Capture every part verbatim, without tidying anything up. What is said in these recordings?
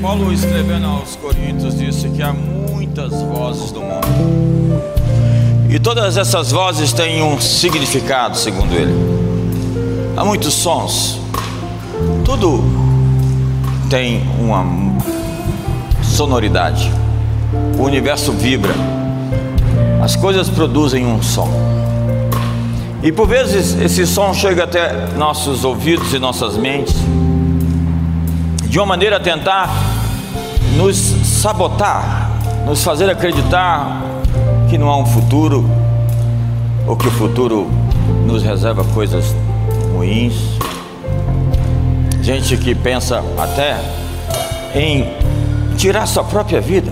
Paulo, escrevendo aos Coríntios, disse que há muitas vozes do mundo, e todas essas vozes têm um significado, segundo ele. Há muitos sons, tudo tem uma sonoridade. O universo vibra, as coisas produzem um som, e por vezes esse som chega até nossos ouvidos e nossas mentes de uma maneira a tentar nos sabotar, nos fazer acreditar que não há um futuro, ou que o futuro nos reserva coisas ruins. Gente que pensa até em tirar sua própria vida.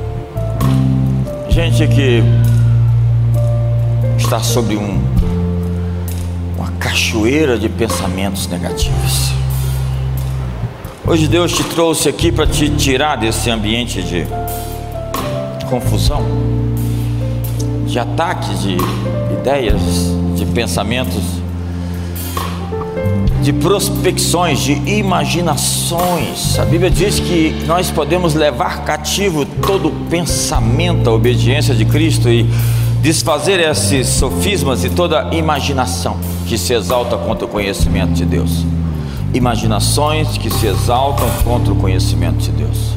Gente que está sobre um, uma cachoeira de pensamentos negativos. Hoje Deus te trouxe aqui para te tirar desse ambiente de confusão, de ataques, de ideias, de pensamentos, de prospecções, de imaginações. A Bíblia diz que nós podemos levar cativo todo pensamento à obediência de Cristo e desfazer esses sofismas e toda imaginação que se exalta contra o conhecimento de Deus. Imaginações que se exaltam contra o conhecimento de Deus.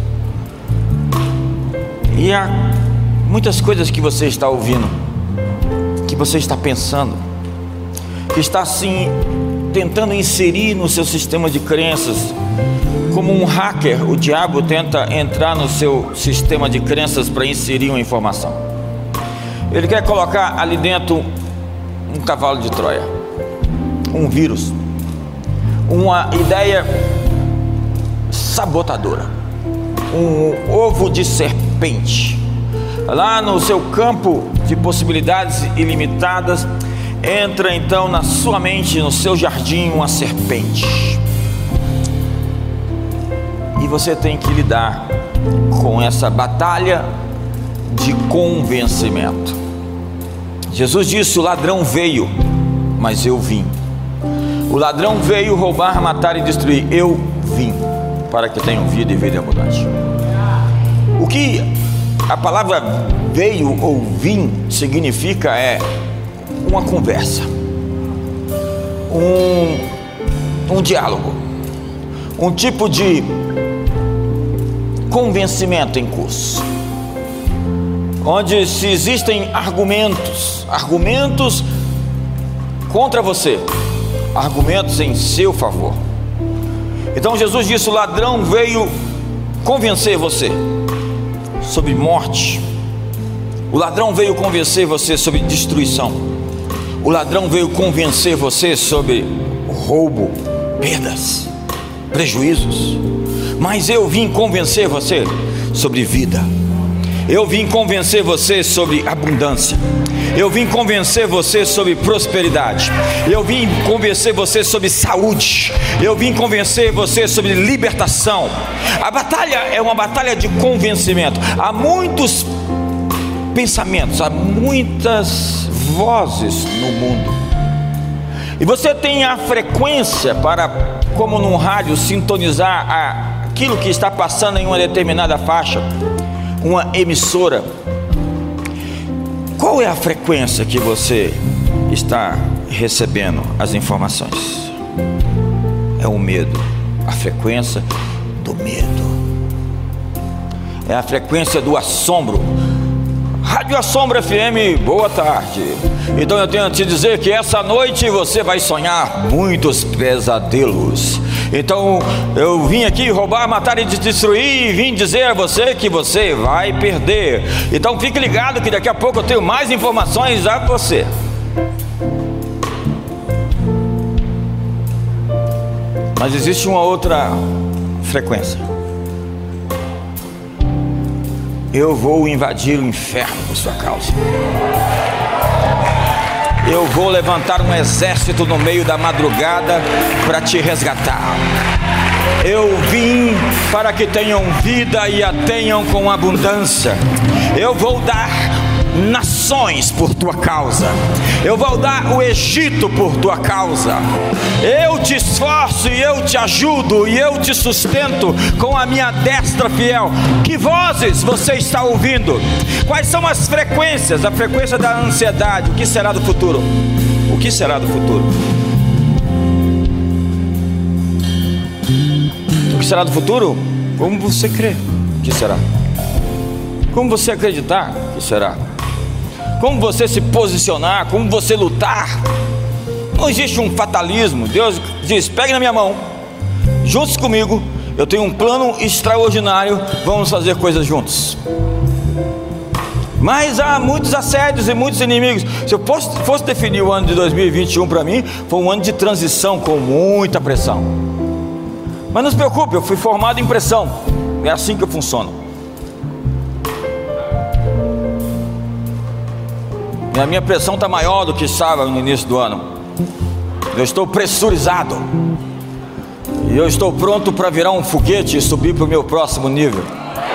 E há muitas coisas que você está ouvindo, que você está pensando, que está assim tentando inserir no seu sistema de crenças. Como um hacker, o diabo tenta entrar no seu sistema de crenças para inserir uma informação. Ele quer colocar ali dentro um cavalo de Troia, um vírus, uma ideia sabotadora, um ovo de serpente. Lá no seu campo de possibilidades ilimitadas, entra então na sua mente, no seu jardim, uma serpente. E você tem que lidar com essa batalha de convencimento. Jesus disse: o ladrão veio, mas eu vim. O ladrão veio roubar, matar e destruir. Eu vim para que tenham vida e vida abundante. O que a palavra veio ou vim significa é uma conversa, um, um diálogo, um tipo de convencimento em curso, onde se existem argumentos, argumentos contra você, argumentos em seu favor. Então Jesus disse: o ladrão veio convencer você sobre morte, o ladrão veio convencer você sobre destruição, o ladrão veio convencer você sobre roubo, perdas, prejuízos. Mas eu vim convencer você sobre vida. Eu vim convencer você sobre abundância. Eu vim convencer você sobre prosperidade. Eu vim convencer você sobre saúde. Eu vim convencer você sobre libertação. A batalha é uma batalha de convencimento. Há muitos pensamentos, há muitas vozes no mundo, e você tem a frequência para, como num rádio, sintonizar a, aquilo que está passando em uma determinada faixa, uma emissora. Qual é a frequência que você está recebendo as informações? É o medo, a frequência do medo, é a frequência do assombro. Rádio Assombro F M, boa tarde. Então eu tenho a te dizer que essa noite você vai sonhar muitos pesadelos. Então eu vim aqui roubar, matar e destruir, e vim dizer a você que você vai perder. Então fique ligado que daqui a pouco eu tenho mais informações a você. Mas existe uma outra frequência. Eu vou invadir o inferno por sua causa. Eu vou levantar um exército no meio da madrugada para te resgatar. Eu vim para que tenham vida e a tenham com abundância. Eu vou dar nações por tua causa, eu vou dar o Egito por tua causa. Eu te esforço e eu te ajudo e eu te sustento com a minha destra fiel. Que vozes você está ouvindo? Quais são as frequências? A frequência da ansiedade. O que será do futuro? O que será do futuro? O que será do futuro? Como você crê que será? Como você acreditar que será? Como você se posicionar? Como você lutar? Não existe um fatalismo. Deus diz: pegue na minha mão, juntos comigo, eu tenho um plano extraordinário, vamos fazer coisas juntos. Mas há muitos assédios e muitos inimigos. Se eu fosse, fosse definir o ano de dois mil e vinte e um para mim, foi um ano de transição com muita pressão. Mas não se preocupe, eu fui formado em pressão. É assim que eu funciono. E a minha pressão está maior do que estava no início do ano. Eu estou pressurizado. E eu estou pronto para virar um foguete e subir para o meu próximo nível.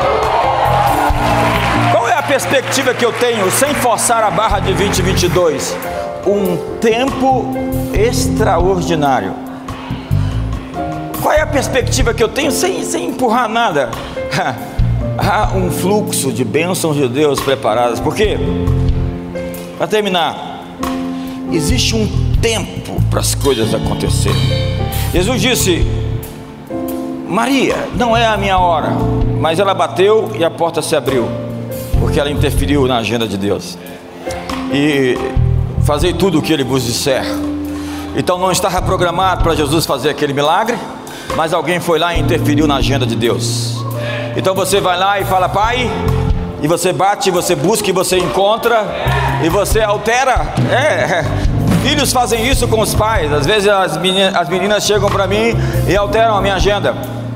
Qual é a perspectiva que eu tenho sem forçar a barra de vinte e vinte e dois? Um tempo extraordinário. Qual é a perspectiva que eu tenho sem, sem empurrar nada? Há um fluxo de bênçãos de Deus preparadas. Por quê? Para terminar, existe um tempo para as coisas acontecerem. Jesus disse: Maria, não é a minha hora. Mas ela bateu e a porta se abriu, porque ela interferiu na agenda de Deus. E fazei tudo o que Ele vos disser. Então não estava programado para Jesus fazer aquele milagre, mas alguém foi lá e interferiu na agenda de Deus. Então você vai lá e fala: Pai, e você bate, você busca e você encontra, e você altera. É, filhos fazem isso com os pais. Às vezes as meninas, as meninas chegam para mim e alteram a minha agenda.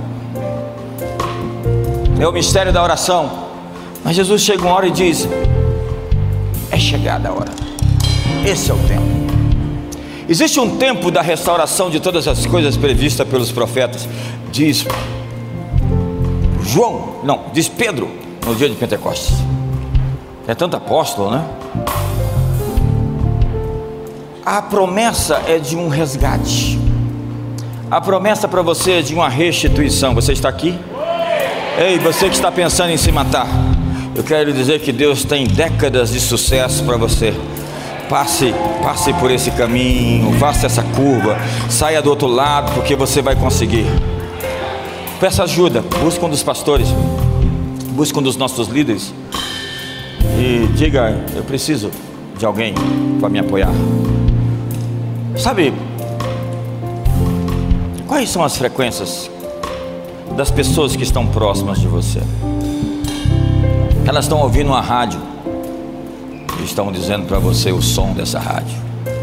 É o mistério da oração. Mas Jesus chega uma hora e diz: é chegada a hora. Esse é o tempo. Existe um tempo da restauração de todas as coisas previstas pelos profetas. Diz João, não, diz Pedro, no dia de Pentecostes. É tanto apóstolo, né? A promessa é de um resgate. A promessa para você é de uma restituição. Você está aqui? Ei, você que está pensando em se matar, eu quero lhe dizer que Deus tem décadas de sucesso para você. Passe, passe por esse caminho, faça essa curva, saia do outro lado, porque você vai conseguir. Peça ajuda, busque um dos pastores, busque um dos nossos líderes e diga: eu preciso de alguém para me apoiar. Sabe quais são as frequências das pessoas que estão próximas de você? Elas estão ouvindo uma rádio e estão dizendo para você o som dessa rádio.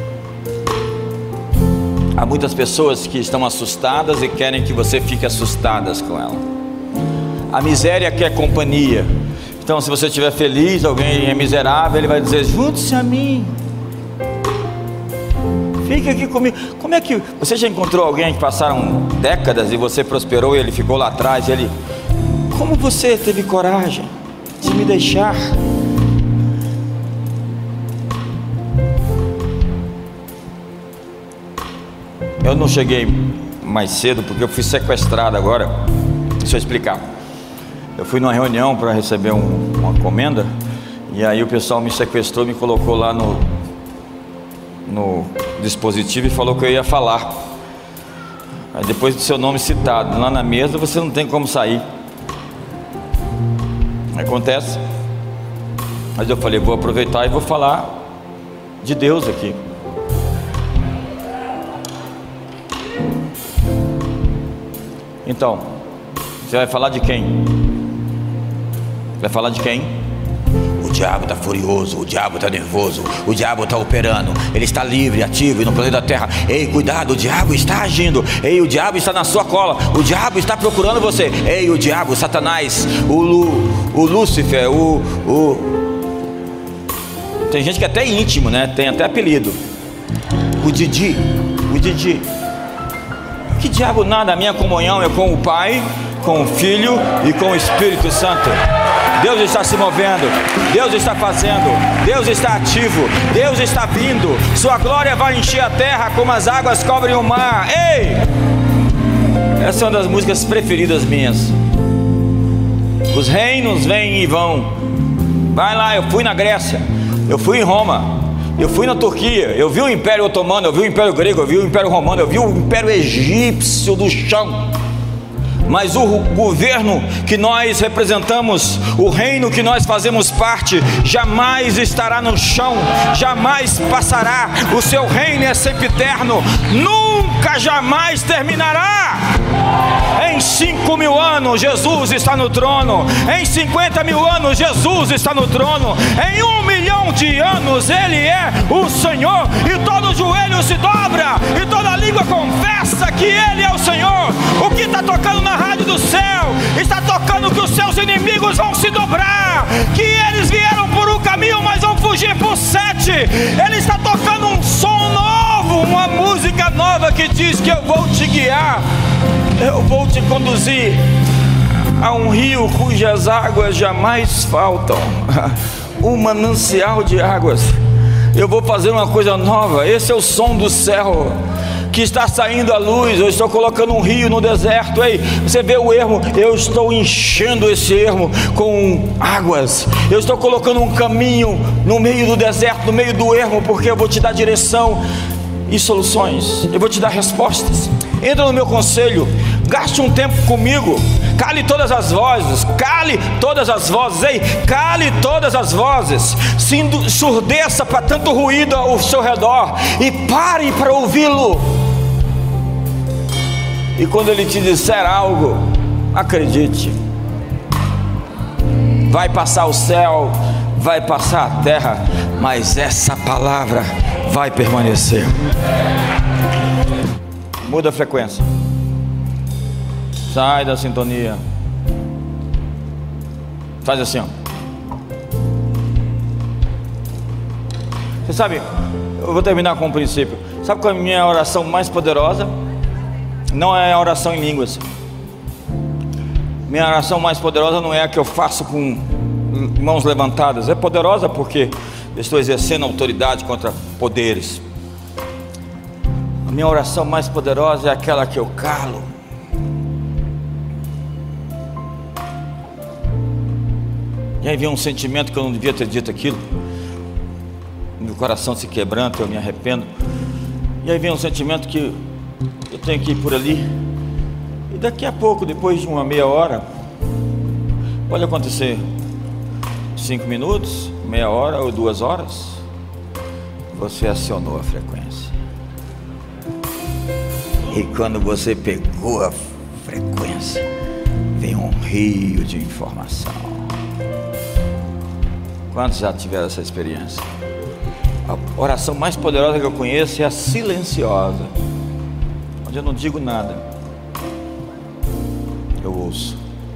Há muitas pessoas que estão assustadas e querem que você fique assustadas com ela. A miséria quer companhia. Então, se você estiver feliz, alguém é miserável, ele vai dizer: junte-se a mim, fique aqui comigo. Como é que você já encontrou alguém que passaram décadas e você prosperou e ele ficou lá atrás e ele: como você teve coragem de me deixar? Eu não cheguei mais cedo porque eu fui sequestrado agora. Deixa eu explicar. Eu fui numa reunião para receber um, uma comenda, e aí o pessoal me sequestrou, me colocou lá no, no dispositivo e falou que eu ia falar. Aí depois do seu nome citado lá na mesa, você não tem como sair. Acontece. Mas eu falei: vou aproveitar e vou falar de Deus aqui. Então, você vai falar de quem? Vai falar de quem? O diabo está furioso, o diabo está nervoso, o diabo está operando, ele está livre, ativo no planeta Terra. Ei, cuidado, o diabo está agindo. Ei, o diabo está na sua cola, o diabo está procurando você. Ei, o diabo, Satanás, o, Lu, o Lúcifer, o, o... Tem gente que é até íntimo, né? Tem até apelido. O Didi, o Didi. Que diabo nada, a minha comunhão é com o Pai, com o Filho e com o Espírito Santo. Deus está se movendo, Deus está fazendo, Deus está ativo, Deus está vindo. Sua glória vai encher a terra como as águas cobrem o mar. Ei! Essa é uma das músicas preferidas minhas. Os reinos vêm e vão. Vai lá, eu fui na Grécia, eu fui em Roma, eu fui na Turquia, eu vi o Império Otomano, eu vi o Império Grego, eu vi o Império Romano, eu vi o Império Egípcio do chão. Mas o governo que nós representamos, o reino que nós fazemos parte, jamais estará no chão, jamais passará. O seu reino é sempre eterno, nunca jamais terminará. Em cinco mil anos Jesus está no trono, em cinquenta mil anos Jesus está no trono, em um milhão de anos Ele é o Senhor, e todo joelho se dobra, e toda língua confessa que Ele é o Senhor. O que está tocando na rádio do céu, está tocando que os seus inimigos vão se dobrar, que eles vieram por um caminho, mas vão fugir por sete. Ele está tocando um som novo, uma música nova que diz que eu vou te guiar, eu vou te conduzir a um rio cujas águas jamais faltam, um manancial de águas. Eu vou fazer uma coisa nova. Esse é o som do céu que está saindo à luz. Eu estou colocando um rio no deserto. Ei, você vê o ermo? Eu estou enchendo esse ermo com águas. Eu estou colocando um caminho no meio do deserto, no meio do ermo, porque eu vou te dar direção e soluções, eu vou te dar respostas. Entra no meu conselho, gaste um tempo comigo, cale todas as vozes, cale todas as vozes, ei, cale todas as vozes, se surdeça para tanto ruído ao seu redor e pare para ouvi-lo. E quando ele te disser algo, acredite. Vai passar o céu, vai passar a terra, mas essa palavra vai permanecer. Muda a frequência, sai da sintonia, faz assim, ó. Você sabe, eu vou terminar com um princípio. Sabe qual é a minha oração mais poderosa? Não é a oração em línguas. Minha oração mais poderosa não é a que eu faço com mãos levantadas. É poderosa porque eu estou exercendo autoridade contra poderes. A minha oração mais poderosa é aquela que eu calo. E aí vem um sentimento que eu não devia ter dito aquilo. Meu coração se quebranta, eu me arrependo. E aí vem um sentimento que eu tenho que ir por ali. E daqui a pouco, depois de uma meia hora, pode acontecer cinco minutos, meia hora ou duas horas, você acionou a frequência. E quando você pegou a frequência, vem um rio de informação. Quantos já tiveram essa experiência? A oração mais poderosa que eu conheço é a silenciosa, onde eu não digo nada, eu ouço.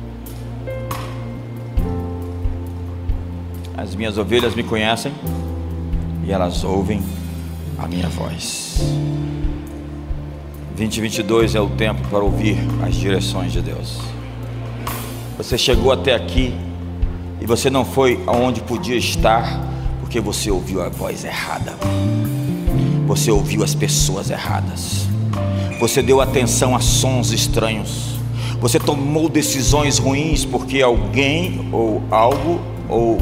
As minhas ovelhas me conhecem e elas ouvem a minha voz. vinte e vinte e dois é o tempo para ouvir as direções de Deus. Você chegou até aqui e você não foi aonde podia estar porque você ouviu a voz errada, você ouviu as pessoas erradas, você deu atenção a sons estranhos, você tomou decisões ruins porque alguém ou algo ou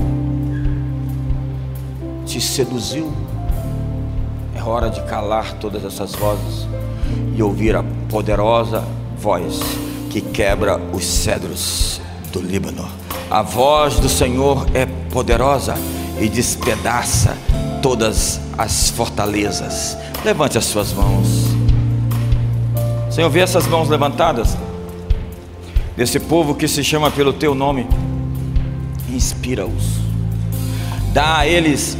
te seduziu. É hora de calar todas essas vozes e ouvir a poderosa voz que quebra os cedros do Líbano. A voz do Senhor é poderosa e despedaça todas as fortalezas. Levante as suas mãos. Senhor, vê essas mãos levantadas desse povo que se chama pelo teu nome. Inspira-os, dá a eles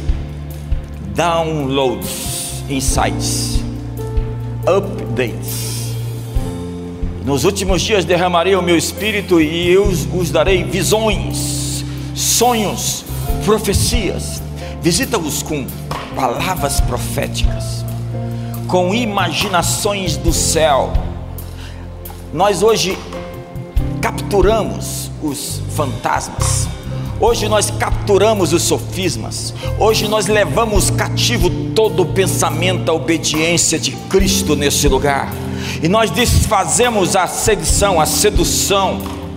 downloads, insights, updates. Nos últimos dias derramarei o meu espírito e eu os darei visões, sonhos, profecias. Visita-os com palavras proféticas, com imaginações do céu. Nós hoje capturamos os fantasmas, Hoje nós capturamos os sofismas. Hoje nós levamos cativo todo o pensamento à obediência de Cristo nesse lugar. E nós desfazemos a sedição, a sedução,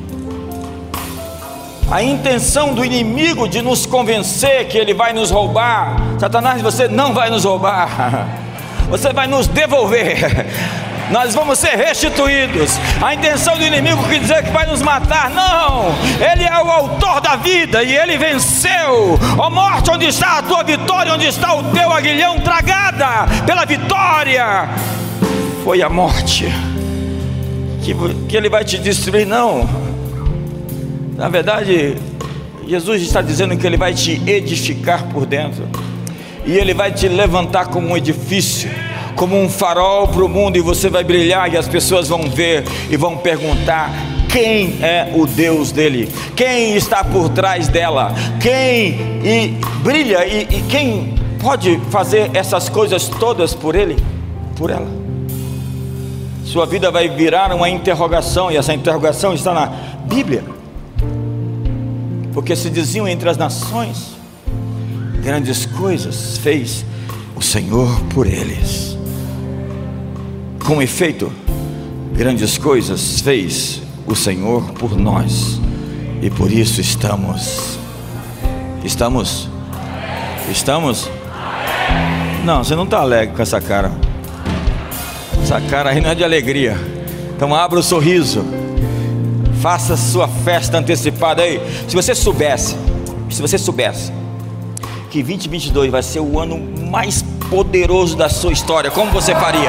a intenção do inimigo de nos convencer que ele vai nos roubar. Satanás, você não vai nos roubar, você vai nos devolver. Nós vamos ser restituídos. A intenção do inimigo quer dizer que vai nos matar. Não, ele é o autor da vida e ele venceu. Ó morte, onde está a tua vitória? Onde está o teu aguilhão? Tragada pela vitória foi a morte. Que, que ele vai te destruir? Não. Na verdade, Jesus está dizendo que ele vai te edificar por dentro, e ele vai te levantar como um edifício, como um farol para o mundo, e você vai brilhar, e as pessoas vão ver e vão perguntar: quem é o Deus dele? Quem está por trás dela? Quem e brilha e, e quem pode fazer essas coisas todas por ele, por ela? Sua vida vai virar uma interrogação, e essa interrogação está na Bíblia. Porque se diziam entre as nações: grandes coisas fez o Senhor por eles. Com efeito, grandes coisas fez o Senhor por nós, e por isso estamos. Estamos? Estamos? Não, você não está alegre com essa cara. Essa cara aí não é de alegria. Então abra o sorriso. Faça sua festa antecipada aí. Se você soubesse, se você soubesse que vinte e vinte e dois vai ser o ano mais poderoso da sua história, como você faria?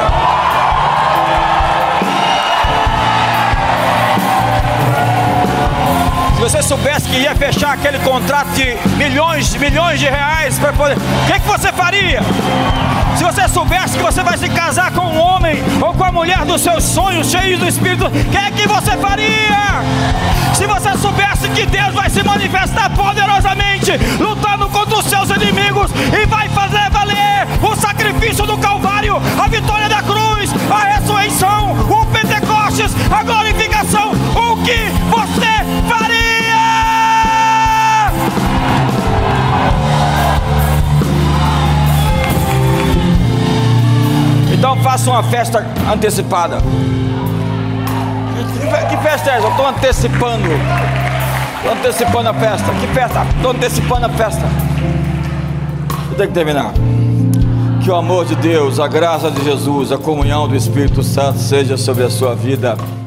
Se você soubesse que ia fechar aquele contrato de milhões, milhões de reais para poder, o que, que você faria? Se você soubesse que você vai se casar com um homem ou com a mulher dos seus sonhos, cheios do Espírito, o que é que você faria? Se você soubesse que Deus vai se manifestar poderosamente, lutando contra os seus inimigos, e vai fazer valer o sacrifício do Calvário, a vitória da cruz, a ressurreição, o Pentecostes, a glorificação, o que você faria? Então faça uma festa antecipada. Que, que festa é essa? Eu estou antecipando. Estou antecipando a festa. Que festa? Estou antecipando a festa. Eu tenho que terminar. Que o amor de Deus, a graça de Jesus, a comunhão do Espírito Santo seja sobre a sua vida.